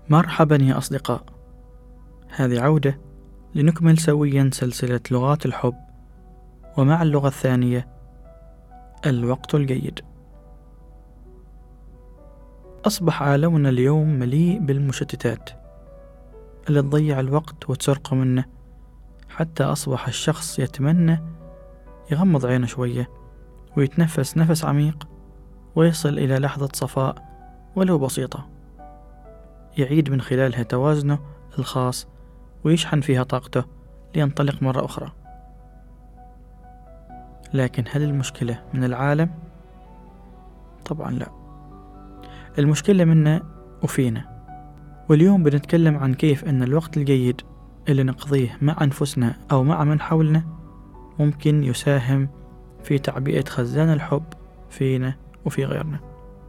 مرحبا يا أصدقاء، هذه عودة لنكمل سويا سلسلة لغات الحب، ومع اللغة الثانية الوقت الجيد. أصبح عالمنا اليوم مليء بالمشتتات اللي تضيع الوقت وتسرقه منه، حتى أصبح الشخص يتمنى يغمض عينه شوية ويتنفس نفس عميق ويصل إلى لحظة صفاء ولو بسيطة، يعيد من خلالها توازنه الخاص ويشحن فيها طاقته لينطلق مرة أخرى. لكن هل المشكلة من العالم؟ طبعا لا، المشكلة منا وفينا. واليوم بنتكلم عن كيف أن الوقت الجيد اللي نقضيه مع أنفسنا أو مع من حولنا ممكن يساهم في تعبئة خزان الحب فينا وفي غيرنا.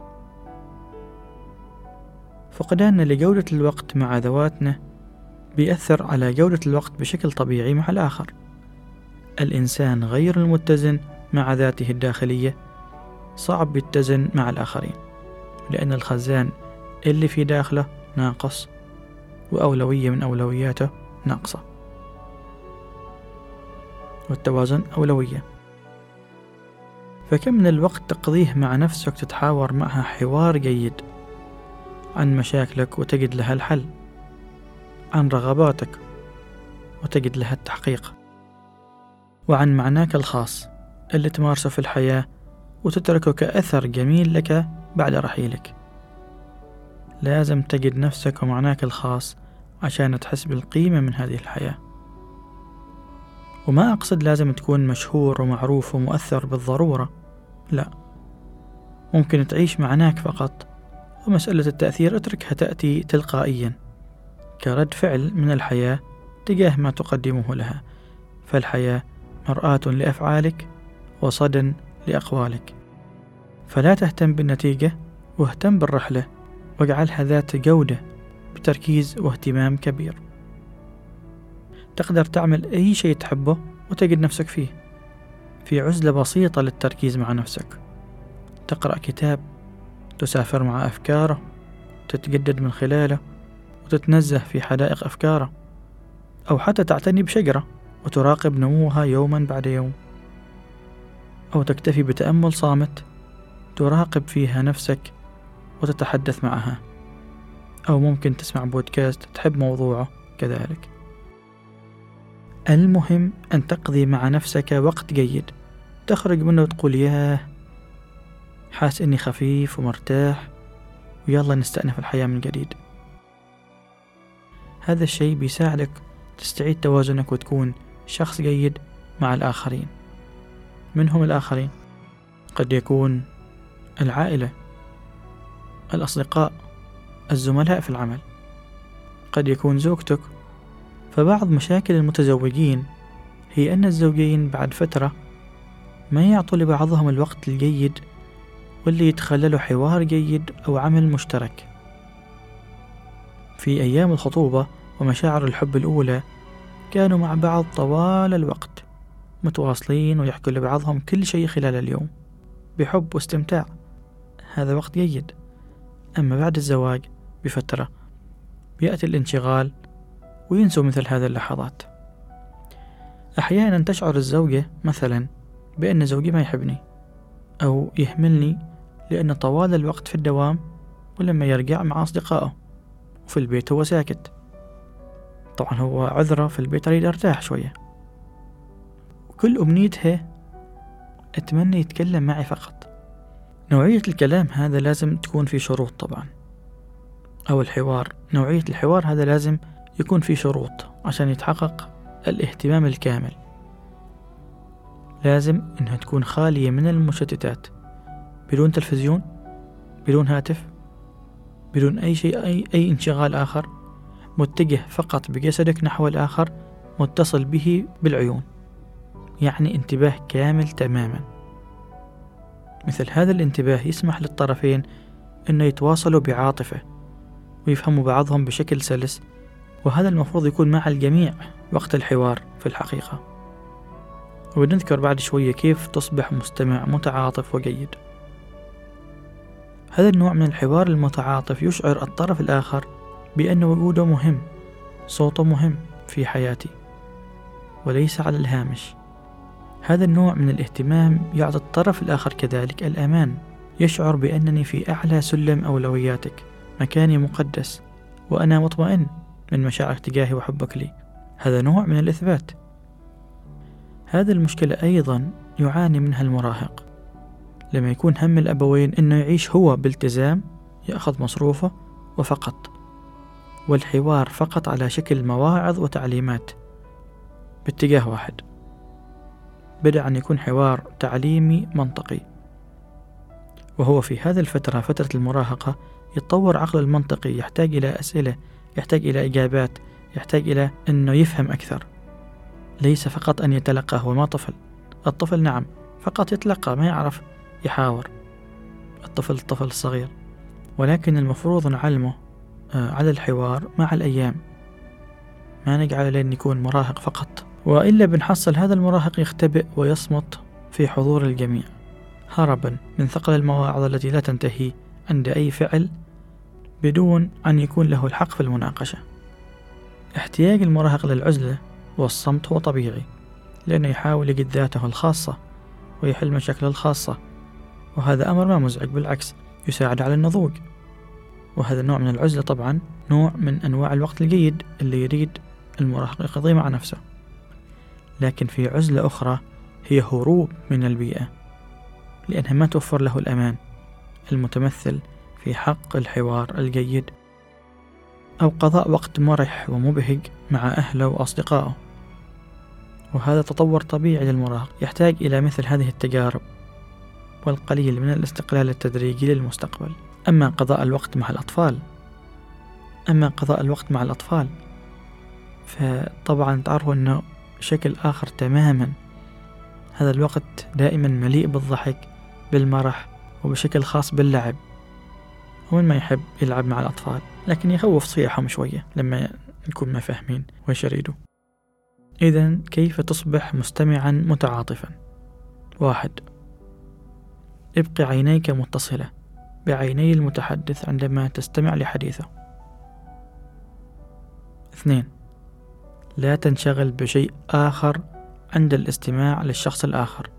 فقداننا لجودة الوقت مع ذواتنا بيأثر على جودة الوقت بشكل طبيعي مع الآخر. الإنسان غير المتزن مع ذاته الداخلية صعب يتزن مع الآخرين، لأن الخزان اللي في داخله ناقص وأولوية من أولوياته ناقصة، والتوازن أولوية. فكم من الوقت تقضيه مع نفسك تتحاور معها حوار جيد عن مشاكلك وتجد لها الحل، عن رغباتك وتجد لها التحقيق، وعن معناك الخاص اللي تمارسه في الحياة وتتركه كأثر جميل لك بعد رحيلك. لازم تجد نفسك ومعناك الخاص عشان تحس بالقيمة من هذه الحياة. وما أقصد لازم تكون مشهور ومعروف ومؤثر بالضرورة، لا، ممكن تعيش معناك فقط، ومسألة التأثير اتركها تأتي تلقائيا كرد فعل من الحياة تجاه ما تقدمه لها. فالحياة مرآة لأفعالك وصدى لأقوالك، فلا تهتم بالنتيجة واهتم بالرحلة، واجعلها ذات جودة بتركيز واهتمام كبير. تقدر تعمل أي شيء تحبه وتجد نفسك فيه، في عزلة بسيطة للتركيز مع نفسك، تقرأ كتاب، تسافر مع أفكاره، تتجدد من خلاله، وتتنزه في حدائق أفكاره، أو حتى تعتني بشجرة وتراقب نموها يوما بعد يوم، أو تكتفي بتأمل صامت تراقب فيها نفسك وتتحدث معها، أو ممكن تسمع بودكاست تحب موضوعه كذلك. المهم أن تقضي مع نفسك وقت جيد تخرج منه وتقول ياه، حاس إني خفيف ومرتاح، ويلا نستأنف الحياة من جديد. هذا الشيء بيساعدك تستعيد توازنك وتكون شخص جيد مع الآخرين. منهم الآخرين قد يكون العائلة، الأصدقاء، الزملاء في العمل، قد يكون زوجتك. فبعض مشاكل المتزوجين هي أن الزوجين بعد فترة ما يعطوا لبعضهم الوقت الجيد واللي يتخللوا حوار جيد أو عمل مشترك. في أيام الخطوبة ومشاعر الحب الأولى كانوا مع بعض طوال الوقت متواصلين ويحكوا لبعضهم كل شيء خلال اليوم بحب واستمتاع، هذا وقت جيد. أما بعد الزواج بفترة بيأتي الانشغال وينسوا مثل هذه اللحظات. أحيانا تشعر الزوجة مثلا بأن زوجي ما يحبني أو يهملني لأن طوال الوقت في الدوام، ولما يرجع مع أصدقائه وفي البيت هو ساكت. طبعا هو عذره في البيت أريد أرتاح شوية، وكل أمنيتها أتمنى يتكلم معي فقط. نوعية الكلام هذا لازم تكون في شروط طبعا، أو الحوار، نوعية الحوار هذا لازم يكون في شروط عشان يتحقق الاهتمام الكامل. لازم إنها تكون خالية من المشتتات، بدون تلفزيون، بدون هاتف، بدون أي شيء، أي انشغال آخر، متجه فقط بجسدك نحو الآخر، متصل به بالعيون، يعني انتباه كامل تماما. مثل هذا الانتباه يسمح للطرفين أن يتواصلوا بعاطفة ويفهموا بعضهم بشكل سلس، وهذا المفروض يكون مع الجميع وقت الحوار في الحقيقة. وبنذكر بعد شوية كيف تصبح مستمع متعاطف وجيد. هذا النوع من الحوار المتعاطف يشعر الطرف الآخر بأن وجوده مهم، صوته مهم في حياتي وليس على الهامش. هذا النوع من الاهتمام يعطي الطرف الآخر كذلك الأمان، يشعر بأنني في أعلى سلم أولوياتك، مكاني مقدس، وأنا مطمئن من مشاعرك تجاهي وحبك لي. هذا نوع من الإثبات. هذه المشكلة أيضا يعاني منها المراهق، لما يكون هم الأبوين أنه يعيش هو بالتزام، يأخذ مصروفه وفقط، والحوار فقط على شكل مواعظ وتعليمات باتجاه واحد، بدأ أن يكون حوار تعليمي منطقي. وهو في هذه الفترة، فترة المراهقة، يتطور عقل المنطقي، يحتاج إلى أسئلة، يحتاج إلى إجابات، يحتاج إلى أنه يفهم أكثر، ليس فقط أن يتلقى. هو ما طفل. الطفل نعم فقط يتلقى، ما يعرف يحاور، الطفل الصغير، ولكن المفروض نعلمه على الحوار مع الأيام، ما نجعل لين يكون مراهق فقط، وإلا بنحصل هذا المراهق يختبئ ويصمت في حضور الجميع، هربا من ثقل المواعظ التي لا تنتهي عند أي فعل بدون أن يكون له الحق في المناقشة. احتياج المراهق للعزلة والصمت هو طبيعي، لأنه يحاول يجد ذاته الخاصة ويحل مشاكله الخاصة، وهذا أمر ما مزعج، بالعكس يساعد على النضوج. وهذا النوع من العزلة طبعا نوع من أنواع الوقت الجيد اللي يريد المراهق يقضيه مع نفسه. لكن في عزلة أخرى هي هروب من البيئة، لأنها ما توفر له الأمان المتمثل في حق الحوار الجيد أو قضاء وقت مرح ومبهج مع أهله وأصدقائه. وهذا تطور طبيعي للمراهق، يحتاج إلى مثل هذه التجارب والقليل من الاستقلال التدريجي للمستقبل. أما قضاء الوقت مع الأطفال فطبعا تعرفوا أنه شكل آخر تماما. هذا الوقت دائما مليء بالضحك، بالمرح، وبشكل خاص باللعب. ومن ما يحب يلعب مع الأطفال، لكن يخوف صياحهم شوية لما نكون ما فاهمين وش يريدوا. إذن كيف تصبح مستمعا متعاطفا؟ 1. ابقي عينيك متصلة بعيني المتحدث عندما تستمع لحديثه. 2. لا تنشغل بشيء آخر عند الاستماع للشخص الآخر.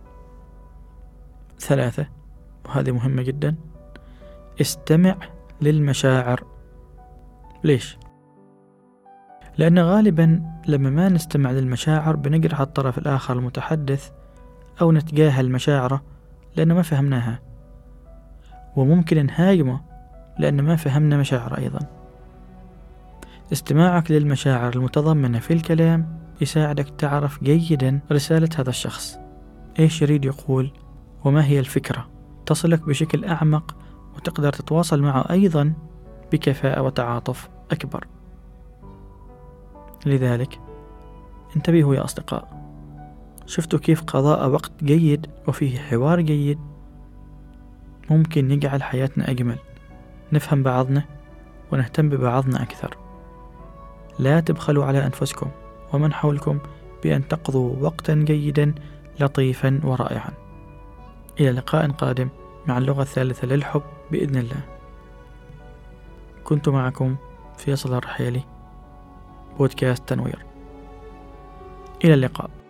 3. وهذه مهمة جدا، استمع للمشاعر. ليش؟ لأن غالبا لما ما نستمع للمشاعر بنجرح الطرف الآخر المتحدث أو نتجاهل مشاعره لأنه ما فهمناها، وممكن نهاجمه لأن ما فهمنا مشاعره أيضا. استماعك للمشاعر المتضمنة في الكلام يساعدك تعرف جيدا رسالة هذا الشخص، إيش يريد يقول وما هي الفكرة، تصلك بشكل أعمق وتقدر تتواصل معه أيضا بكفاءة وتعاطف أكبر. لذلك انتبهوا يا أصدقاء، شفتوا كيف قضاء وقت جيد وفيه حوار جيد ممكن يجعل حياتنا أجمل، نفهم بعضنا ونهتم ببعضنا أكثر. لا تبخلوا على أنفسكم ومن حولكم بأن تقضوا وقتا جيدا لطيفا ورائعا. إلى لقاء قادم مع اللغة الثالثة للحب بإذن الله. كنت معكم فيصل الرحيلي، بودكاست تنوير. إلى اللقاء.